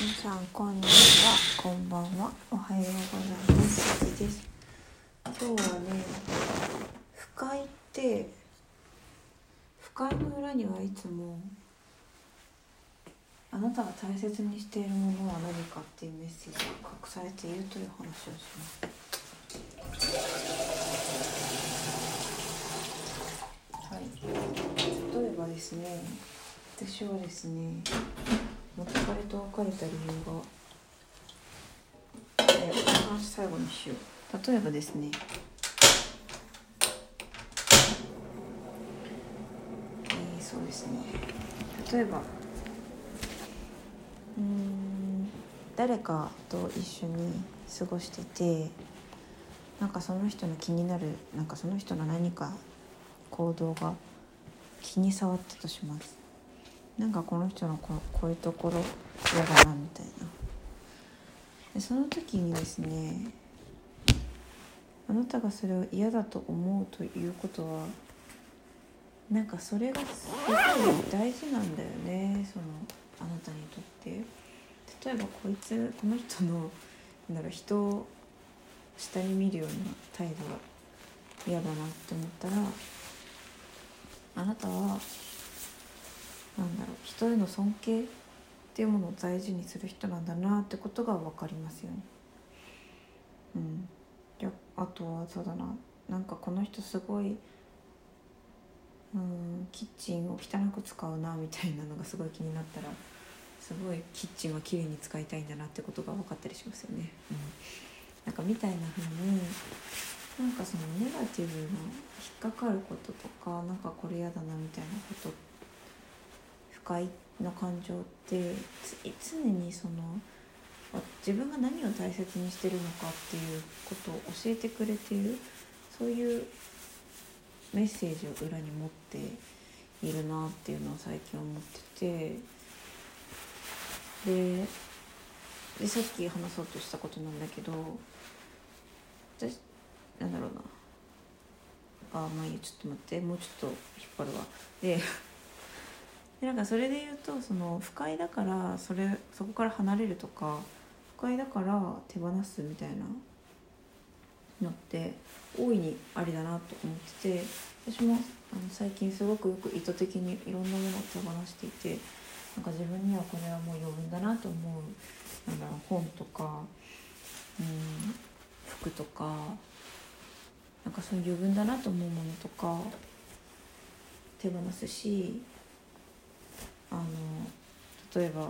皆さんこんにちは、こんばんは、おはようございます。です。今日はね、不快って不快の裏にはいつもあなたが大切にしているものは何かっていうメッセージが隠されているという話をします。はい。例えばですね、私はですね、元彼と別れた理由が話最後にしよう。例えばですね、そうですね、例えば誰かと一緒に過ごしてて、なんかその人の気になる、なんかその人の何か行動が気に障ったとします。なんかこの人のこういうところ嫌だなみたいな。でその時にですね、あなたがそれを嫌だと思うということは、なんかそれがすごい大事なんだよね、そのあなたにとって。例えばこの人の人を下に見るような態度が嫌だなって思ったら、あなたは人への尊敬っていうものを大事にする人なんだなってことが分かりますよね。あとはそうだな、なんかこの人すごいキッチンを汚く使うなみたいなのがすごい気になったら、すごいキッチンは綺麗に使いたいんだなってことが分かったりしますよね。なんかみたいな風に、なんかそのネガティブな引っかかることとか、なんかこれ嫌だなみたいなこと、不快な感情って常にその自分が何を大切にしてるのかっていうことを教えてくれている、そういうメッセージを裏に持っているなっていうのを最近思ってて、でさっき話そうとしたことなんだけど、私まあいいよ、ちょっと待って、もうちょっと引っ張るわ。でなんかそれで言うと、その不快だからそこから離れるとか、不快だから手放すみたいなのって大いにありだなと思ってて、私も最近すごくよく意図的にいろんなものを手放していて、なんか自分にはこれはもう余分だなと思う本とか服とか、なんかそういう余分だなと思うものとか手放すし、例えば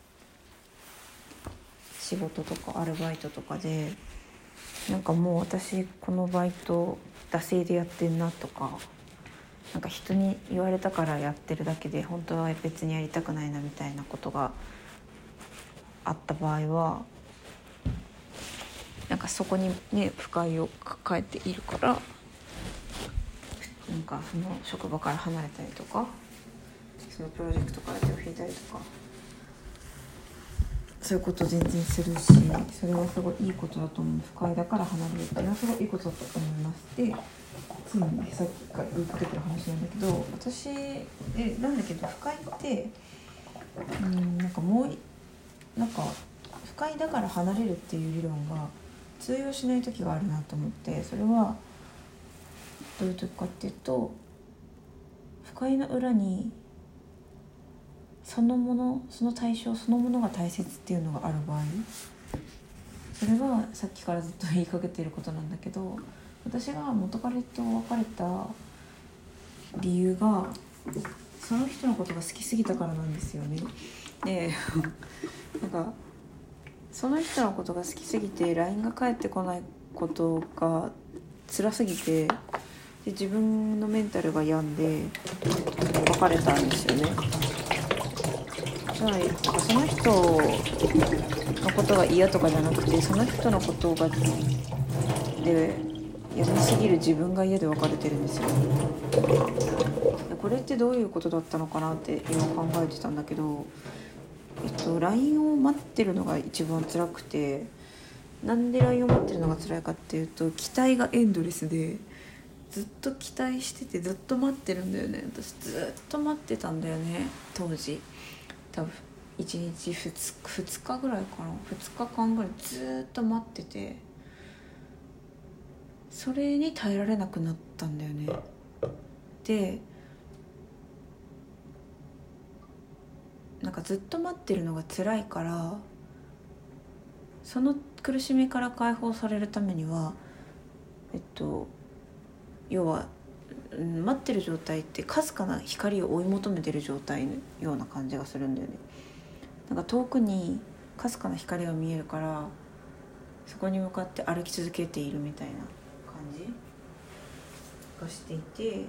仕事とかアルバイトとかで、なんかもう私このバイト惰性でやってんなとか、なんか人に言われたからやってるだけで本当は別にやりたくないなみたいなことがあった場合は、なんかそこにね不快を抱えているから、なんかその職場から離れたりとか、そのプロジェクトから手を引いたりとか、そういうこと全然するし、それはすごいいいことだと思う。不快だから離れるっていうのはすごいいいことだと思います。で、ついにさっきから言いかけてる話なんだけど、私なんだけど、不快ってなんか不快だから離れるっていう理論が通用しない時があるなと思って、それはどういう時かっていうと、不快の裏にその対象そのものが大切っていうのがある場合、それはさっきからずっと言いかけていることなんだけど、私が元彼と別れた理由がその人のことが好きすぎたからなんですよね。でなんかその人のことが好きすぎて LINE が返ってこないことが辛すぎて、で自分のメンタルが病んで別れたんですよね。その人のことが嫌とかじゃなくて、その人のことがでやりすぎる自分が嫌で別れてるんですよ。これってどういうことだったのかなって今考えてたんだけど、LINE を待ってるのが一番辛くて、なんで LINE を待ってるのが辛いかっていうと、期待がエンドレスで、ずっと期待しててずっと待ってるんだよね。私ずっと待ってたんだよね、当時。多分 1日2日ぐらいかな、2日間ぐらいずっと待ってて、それに耐えられなくなったんだよね。でなんかずっと待ってるのが辛いから、その苦しみから解放されるためには要は、待ってる状態ってかすかな光を追い求めてる状態のような感じがするんだよね。なんか遠くにかすかな光が見えるから、そこに向かって歩き続けているみたいな感じがしていて、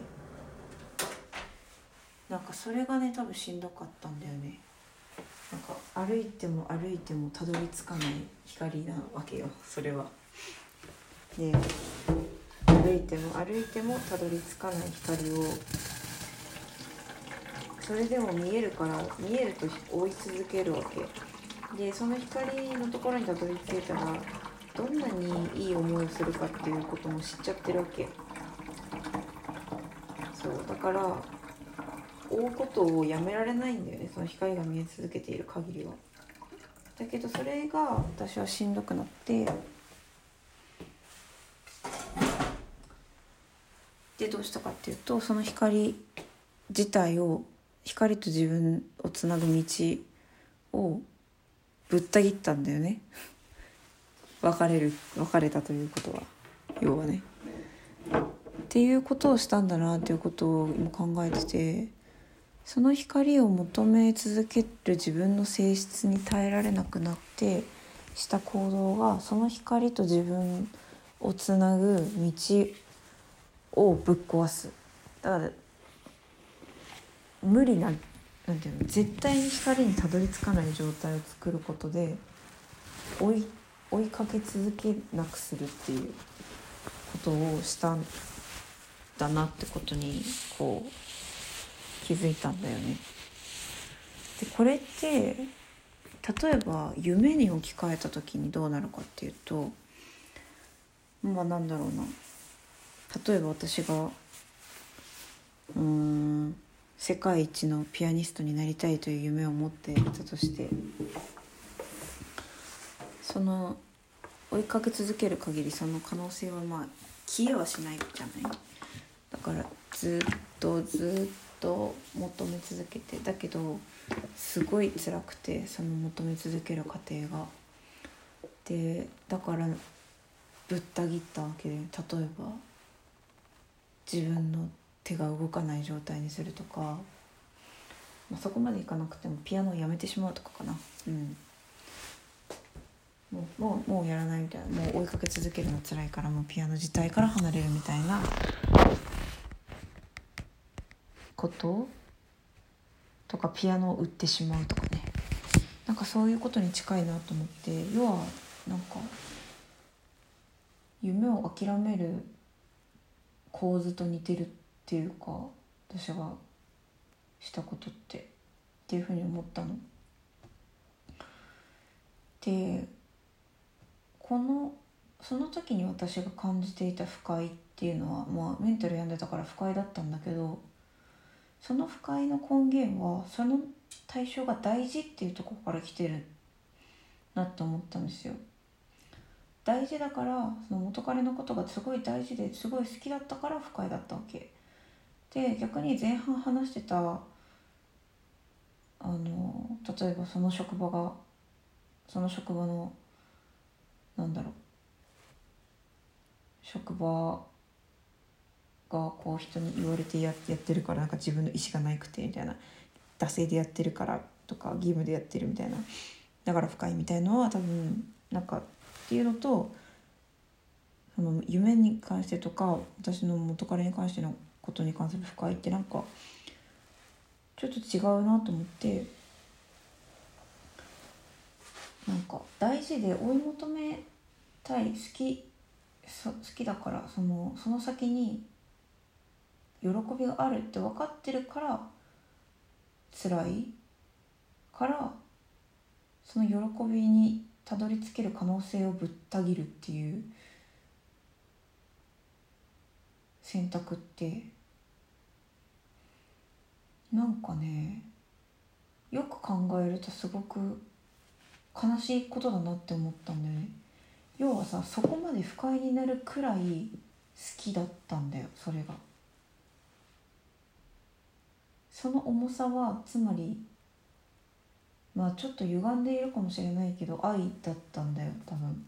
なんかそれがね多分しんどかったんだよね。なんか歩いても歩いてもたどり着かない光なわけよ、それは。で歩いても歩いてもたどり着かない光を、それでも見えるから、見えると追い続けるわけで、その光のところにたどり着いたらどんなにいい思いをするかっていうことも知っちゃってるわけ。そうだから追うことをやめられないんだよね、その光が見え続けている限りは。だけどそれが私はしんどくなって、でどうしたかっていうと、その光自体を、光と自分をつなぐ道をぶった切ったんだよね。別れたということは、要はねっていうことをしたんだなっていうことを今考えてて、その光を求め続ける自分の性質に耐えられなくなってした行動が、その光と自分をつなぐ道をぶっ壊す。だから無理な、なんていうの、絶対に光にたどり着かない状態を作ることで追いかけ続けなくするっていうことをしたんだなってことにこう気づいたんだよね。でこれって例えば夢に置き換えた時にどうなるかっていうと、まあなんだろうな、例えば私が世界一のピアニストになりたいという夢を持っていたとして、その追いかけ続ける限りその可能性はまあ消えはしないじゃない。だからずっと求め続けて、だけどすごい辛くて、その求め続ける過程が。でだからぶった切ったわけで、例えば自分の手が動かない状態にするとか、まあ、そこまでいかなくてもピアノをやめてしまうとかかな。もうやらないみたいな、もう追いかけ続けるの辛いからもうピアノ自体から離れるみたいなこととか、ピアノを売ってしまうとかね、なんかそういうことに近いなと思って、要はなんか夢を諦める構図と似てるっていうか、私がしたことっていうふうに思ったの。でその時に私が感じていた不快っていうのは、まあメンタル病んでたから不快だったんだけど、その不快の根源はその対象が大事っていうところから来てるなって思ったんですよ。大事だから、その元彼のことがすごい大事ですごい好きだったから不快だったわけで、逆に前半話してた例えばその職場のなんだろう、職場がこう人に言われてやってるから、なんか自分の意思がなくてみたいな、惰性でやってるからとか義務でやってるみたいな、だから不快みたいのは多分なんかっていうのと、その夢に関してとか私の元彼に関してのことに関する不快ってなんかちょっと違うなと思って、なんか大事で追い求めたい、好きだから、その先に喜びがあるって分かってるから辛いから、その喜びにたどり着ける可能性をぶった切るっていう選択って、なんかねよく考えるとすごく悲しいことだなって思ったんだよね。要はさ、そこまで不快になるくらい好きだったんだよ、それが。その重さはつまりまあちょっと歪んでいるかもしれないけど愛だったんだよ多分。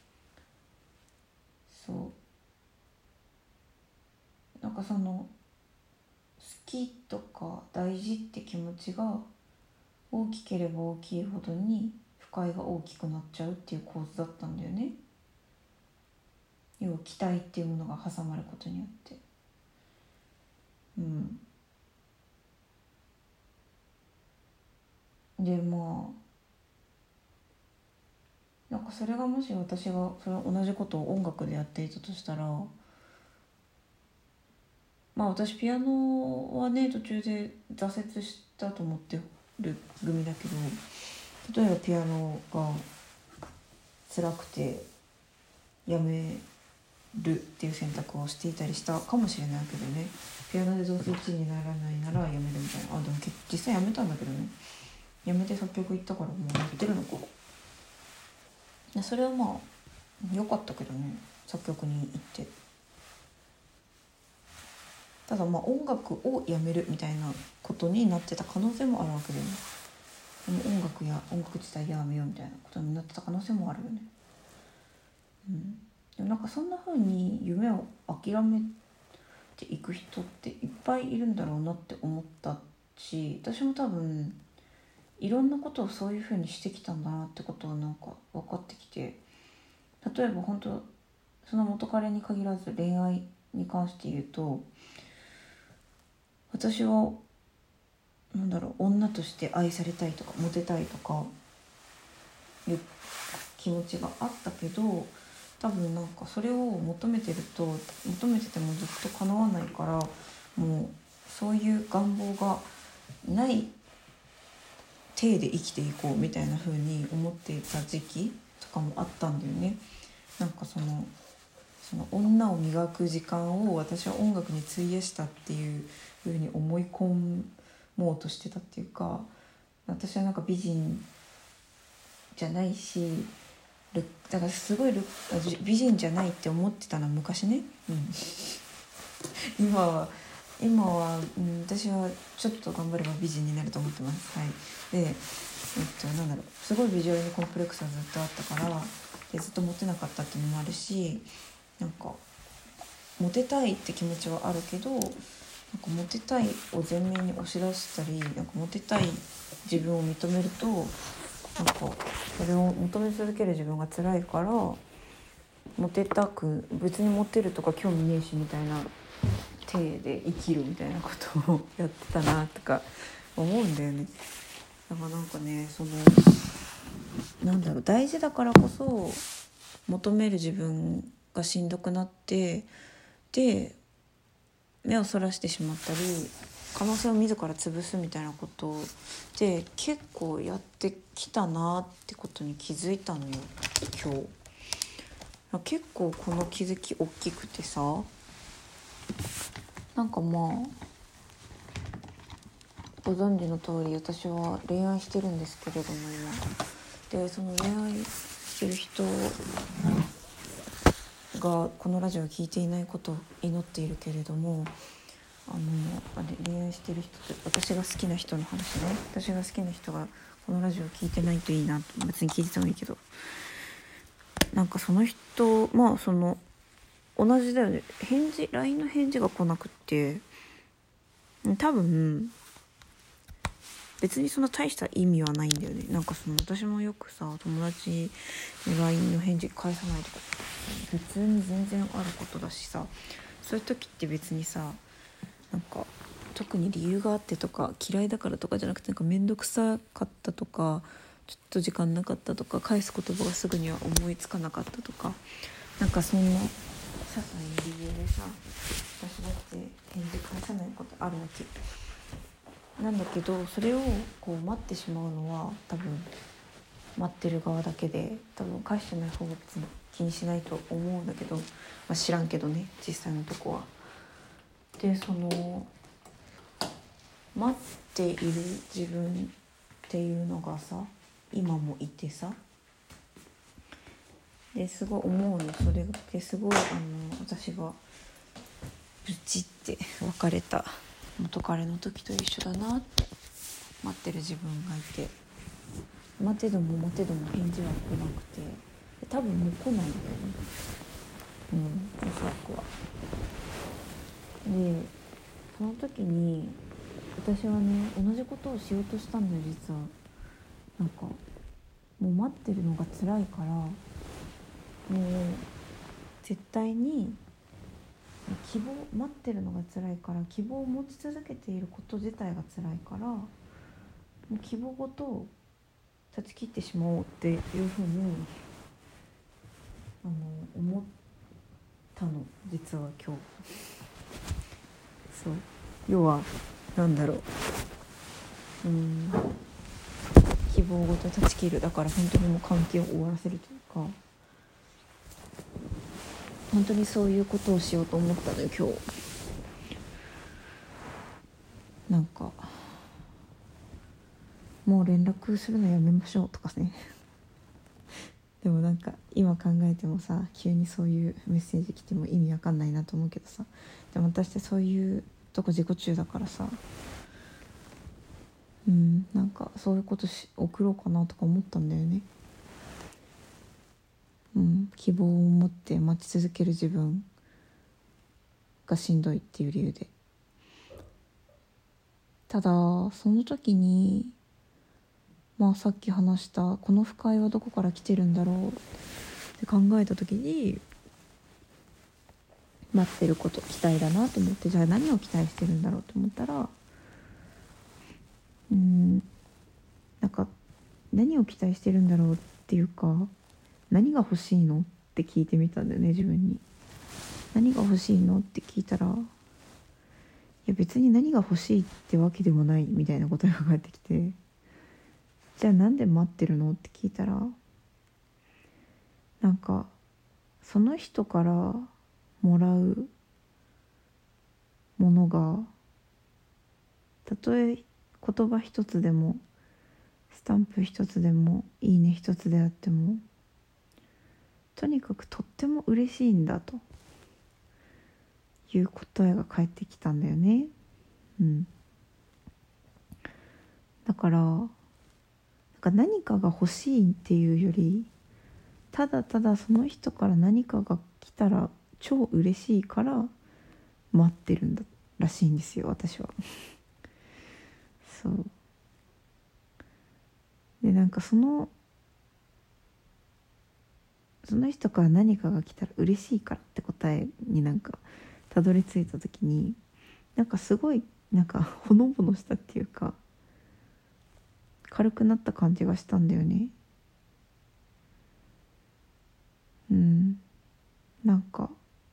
そうなんかその好きとか大事って気持ちが大きければ大きいほどに不快が大きくなっちゃうっていう構図だったんだよね。要は期待っていうものが挟まることによって。でまあなんかそれがもし私がそれ同じことを音楽でやっていたとしたら、まあ私ピアノはね途中で挫折したと思ってる組だけど、例えばピアノが辛くてやめるっていう選択をしていたりしたかもしれないけどね。ピアノでどうせ1位にならないならやめるみたいな。でも実際やめたんだけどね。やめて作曲行ったからもうやってるのか。それはまあ良かったけどね、作曲に行って。ただまあ音楽をやめるみたいなことになってた可能性もあるわけだよね。でも音楽自体やめようみたいなことになってた可能性もあるよね。でもなんかそんな風に夢を諦めていく人っていっぱいいるんだろうなって思ったし、私も多分いろんなことをそういう風にしてきたんだなってことはなんか分かってきて、例えば本当その元彼に限らず恋愛に関して言うと、私は女として愛されたいとかモテたいとかいう気持ちがあったけど、多分なんかそれを求めててもずっと叶わないから、もうそういう願望がない体で生きていこうみたいな風に思っていた時期とかもあったんだよね。なんかその女を磨く時間を私は音楽に費やしたっていう風に思い込もうとしてたっていうか、私はなんか美人じゃないしだからすごい美人じゃないって思ってたのは昔ね、今は、私はちょっと頑張れば美人になると思ってます。はい。で、すごいビジュアルにコンプレックスがずっとあったからでずっとモテなかったっていうのもあるし、なんかモテたいって気持ちはあるけど、なんかモテたいを前面に押し出したり、なんかモテたい自分を認めるとなんかそれを求め続ける自分が辛いから、別にモテるとか興味ねえしみたいな体で生きるみたいなことをやってたなとか思うんだよね。だからなんかね、大事だからこそ求める自分がしんどくなってで目をそらしてしまったり可能性を自ら潰すみたいなことで結構やってきたなってことに気づいたのよ今日。結構この気づき大きくてさ、なんかまあご存知の通り私は恋愛してるんですけれども今で、その恋愛してる人がこのラジオを聞いていないことを祈っているけれども、恋愛してる人って私が好きな人の話ね。私が好きな人がこのラジオを聞いてないといいな。別に聞いててもいいけど、なんかその人同じだよね。LINE の返事が来なくって多分別にそんな大した意味はないんだよね。なんか私もよくさ友達に LINE の返事返さないとか普通に全然あることだしさ、そういう時って別にさなんか特に理由があってとか嫌いだからとかじゃなくて、なんか面倒くさかったとかちょっと時間なかったとか返す言葉がすぐには思いつかなかったとか、なんかそんな些細な理由でさ私だって返事返さないことあるわけなんだけど、それをこう待ってしまうのは多分待ってる側だけで、多分返してない方が別に気にしないと思うんだけど、知らんけどね実際のとこは。で待っている自分っていうのがさ今もいてさ、ですごい思うの、それですごい私がブチって別れた元彼の時と一緒だなって、待ってる自分がいて、待てども待てども返事は来なくて、多分もう来ないんだよね、おそらくは。でその時に私はね同じことをしようとしたんだよ実は。なんかもう待ってるのが辛いから、もう絶対に待ってるのが辛いから、希望を持ち続けていること自体が辛いから、もう希望ごと断ち切ってしまおうっていうふうに思ったの、実は今日。そう、要はなんだろう、希望ごと断ち切る、だから本当にもう関係を終わらせるというか、本当にそういうことをしようと思ったのよ今日。なんかもう連絡するのやめましょうとかねでもなんか今考えてもさ、急にそういうメッセージ来ても意味わかんないなと思うけどさ、でも私ってそういうとこ自己中だからさ、なんかそういうこと送ろうかなとか思ったんだよね。希望を持って待ち続ける自分がしんどいっていう理由で。ただその時にさっき話したこの不快はどこから来てるんだろうって考えた時に、待ってること期待だなと思って、じゃあ何を期待してるんだろうと思ったら、なんか何を期待してるんだろうっていうか、何が欲しいのって聞いてみたんだよね自分に。何が欲しいのって聞いたら、いや別に何が欲しいってわけでもないみたいな答えが返ってきて、じゃあなんで待ってるのって聞いたら、なんかその人からもらうものが、たとえ言葉一つでもスタンプ一つでもいいね一つであっても、とにかくとっても嬉しいんだという答えが返ってきたんだよね。だから何かが欲しいっていうより、ただただその人から何かが来たら超嬉しいから待ってるんだらしいんですよ私はそうで、なんかその人から何かが来たら嬉しいからって答えになんかたどり着いた時に、なんかすごいなんかほのぼのしたっていうか、軽くなった感じがしたんだよね。なんか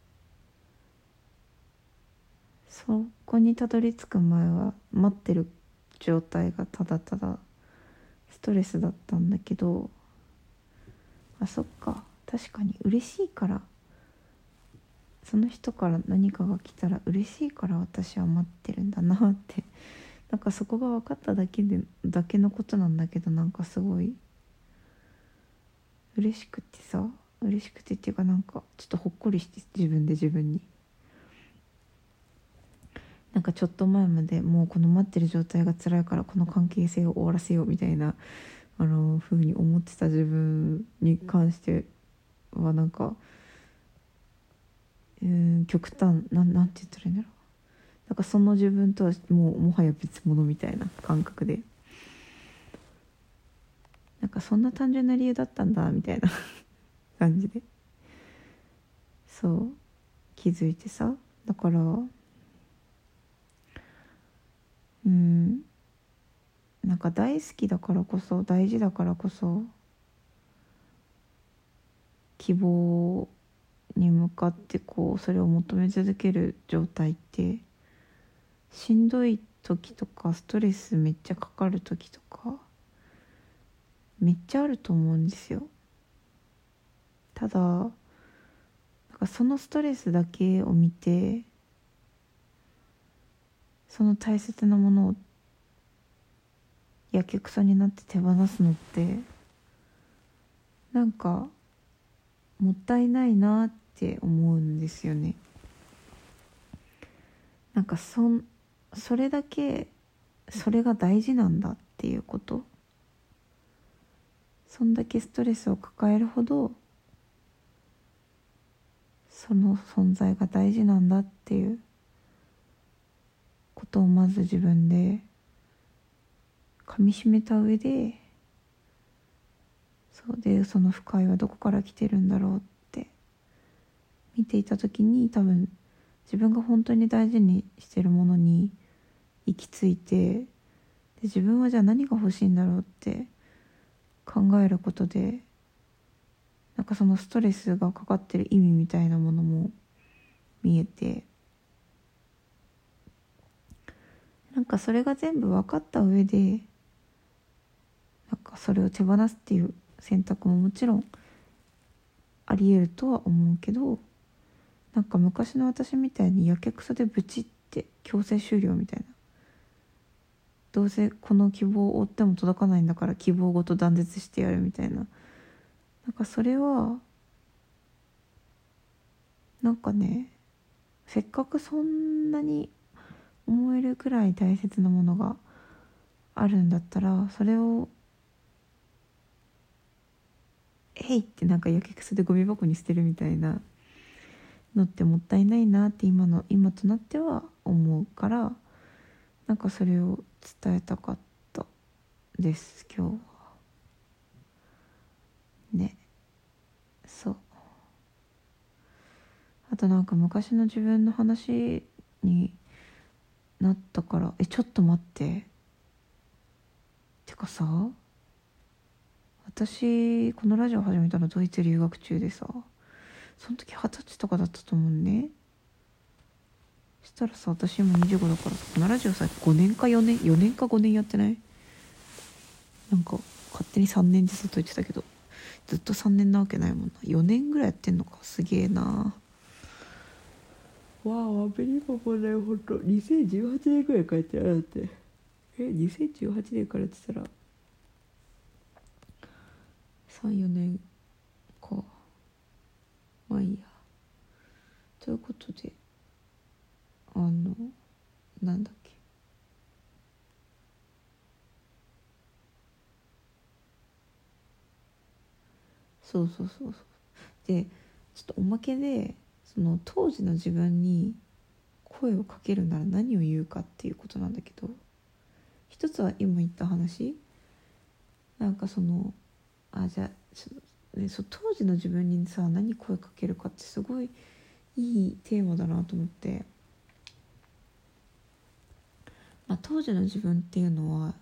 そこにたどり着く前は待ってる状態がただただストレスだったんだけど、そっか、確かに嬉しいから、その人から何かが来たら嬉しいから私は待ってるんだなって、なんかそこが分かっただけのことなんだけど、なんかすごい嬉しくてっていうか、なんかちょっとほっこりして、自分になんかちょっと前までもうこの待ってる状態が辛いからこの関係性を終わらせようみたいな風に思ってた自分に関しては、なんか極端なんて言ったらいいんだろう、なんかその自分とはもはや別物みたいな感覚で、なんかそんな単純な理由だったんだみたいな感じで、そう気づいてさ、だからなんか大好きだからこそ、大事だからこそ、希望に向かってそれを求め続ける状態って、しんどい時とかストレスめっちゃかかる時とかめっちゃあると思うんですよ。ただなんかそのストレスだけを見て、その大切なものをやけくそになって手放すのってなんかもったいないなって思うんですよね。なんかそれだけそれが大事なんだっていうこと、そんだけストレスを抱えるほどその存在が大事なんだっていうことをまず自分で噛み締めた上で、そうでその不快はどこから来てるんだろうって見ていた時に、多分自分が本当に大事にしてるものに行き着いて、で自分はじゃあ何が欲しいんだろうって考えることで、なんかそのストレスがかかってる意味みたいなものも見えて、なんかそれが全部分かった上で、なんかそれを手放すっていう選択ももちろんあり得るとは思うけど、なんか昔の私みたいにやけくそでブチって強制終了みたいな、どうせこの希望を追っても届かないんだから希望ごと断絶してやるみたいな、なんかそれはなんかね、せっかくそんなに思えるくらい大切なものがあるんだったら、それをへいってなんかやけくそでゴミ箱に捨てるみたいなのってもったいないなって今となっては思うから、なんかそれを伝えたかったです今日はね。そう、あとなんか昔の自分の話になったから、ちょっと待って、てかさ、私このラジオ始めたのドイツ留学中でさ、その時20歳とかだったと思うね。したらさ、私今25だからさ、このラジオさ5年か4年か5年やってない？なんか勝手に3年でずっと言ってたけど、ずっと3年なわけないもんな。4年ぐらいやってんのか、すげえな。わあ、アメリカもね、ほんと2018年ぐらいからやってる。だって2018年からやってたら3、4年か。まあいいや。ということで、なんだっけ、そうで、ちょっとおまけで、その当時の自分に声をかけるなら何を言うかっていうことなんだけど、一つは今言った話、なんかそのじゃあ当時の自分にさ何声かけるかってすごいいいテーマだなと思って、当時の自分っていうのは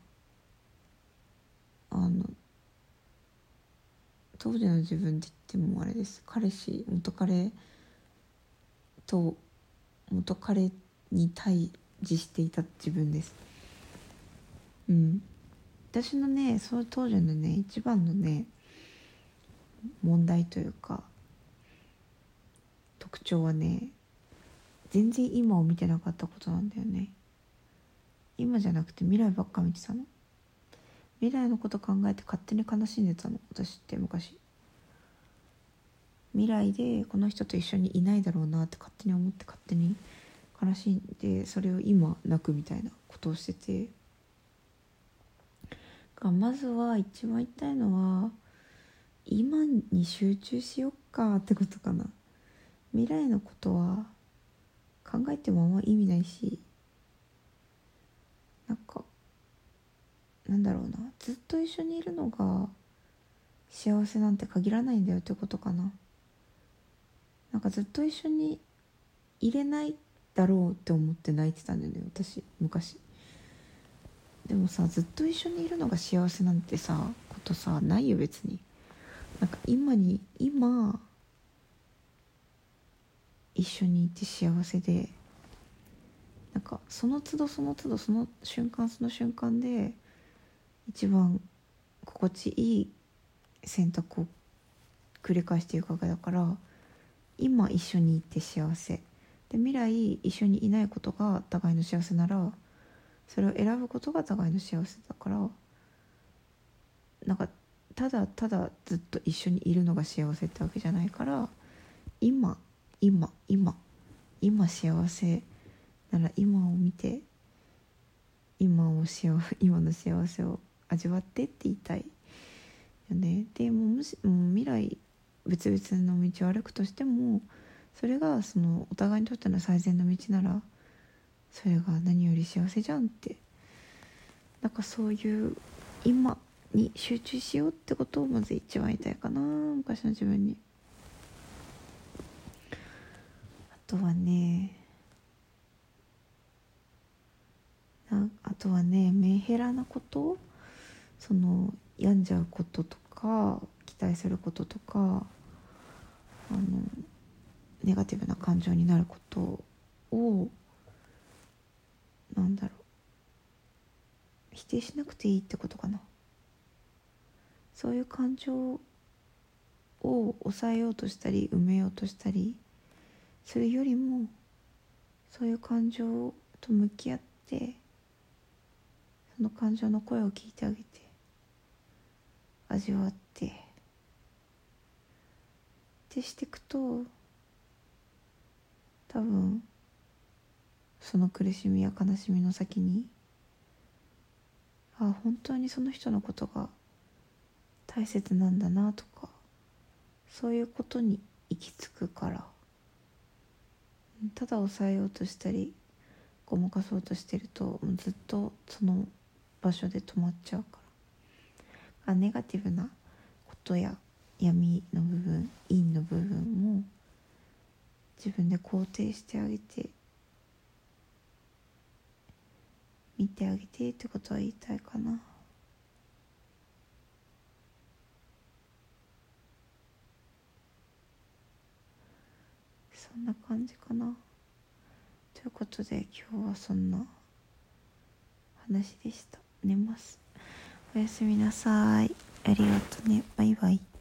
当時の自分って言ってもあれです。元彼と元彼に対峙していた自分です。私のね、その当時のね一番のね問題というか特徴はね、全然今を見てなかったことなんだよね。今じゃなくて未来ばっか見てたの。未来のこと考えて勝手に悲しんでたの、私って昔。未来でこの人と一緒にいないだろうなって勝手に思って勝手に悲しんで、それを今泣くみたいなことをしてて、まずは一番言いたいのは今に集中しよっかってことかな。未来のことは考えてもあんま意味ないし、なんだろうな、ずっと一緒にいるのが幸せなんて限らないんだよってことかな。なんかずっと一緒にいれないだろうって思って泣いてたんだよね、私昔。でもさ、ずっと一緒にいるのが幸せなんてさことさないよ別に。なんか今一緒にいて幸せで、なんかその都度その瞬間その瞬間で一番心地いい選択を繰り返していくわけだから、今一緒にいて幸せで、未来一緒にいないことが互いの幸せなら、それを選ぶことが互いの幸せだから、 なんかただただずっと一緒にいるのが幸せってわけじゃないから、今幸せなら今を見て、今の幸せを味わってって言いたいよね。でももう未来別々の道を歩くとしても、それがそのお互いにとっての最善の道なら、それが何より幸せじゃんって、なんかそういう今に集中しようってことをまず一番言いたいかな、昔の自分に。あとはねメンヘラなこと、その病んじゃうこととか期待することとか、ネガティブな感情になることを否定しなくていいってことかな。そういう感情を抑えようとしたり埋めようとしたりするよりも、そういう感情と向き合って、その感情の声を聞いてあげて、味わってってしていくと、多分その苦しみや悲しみの先に、本当にその人のことが大切なんだなとか、そういうことに行き着くから、ただ抑えようとしたりごまかそうとしてると、もうずっとその場所で止まっちゃうから、ネガティブなことや闇の部分、陰の部分も自分で肯定してあげて、見てあげてってことは言いたいかな。そんな感じかな。ということで今日はそんな話でした。寝ます。おやすみなさい。ありがとね。バイバイ。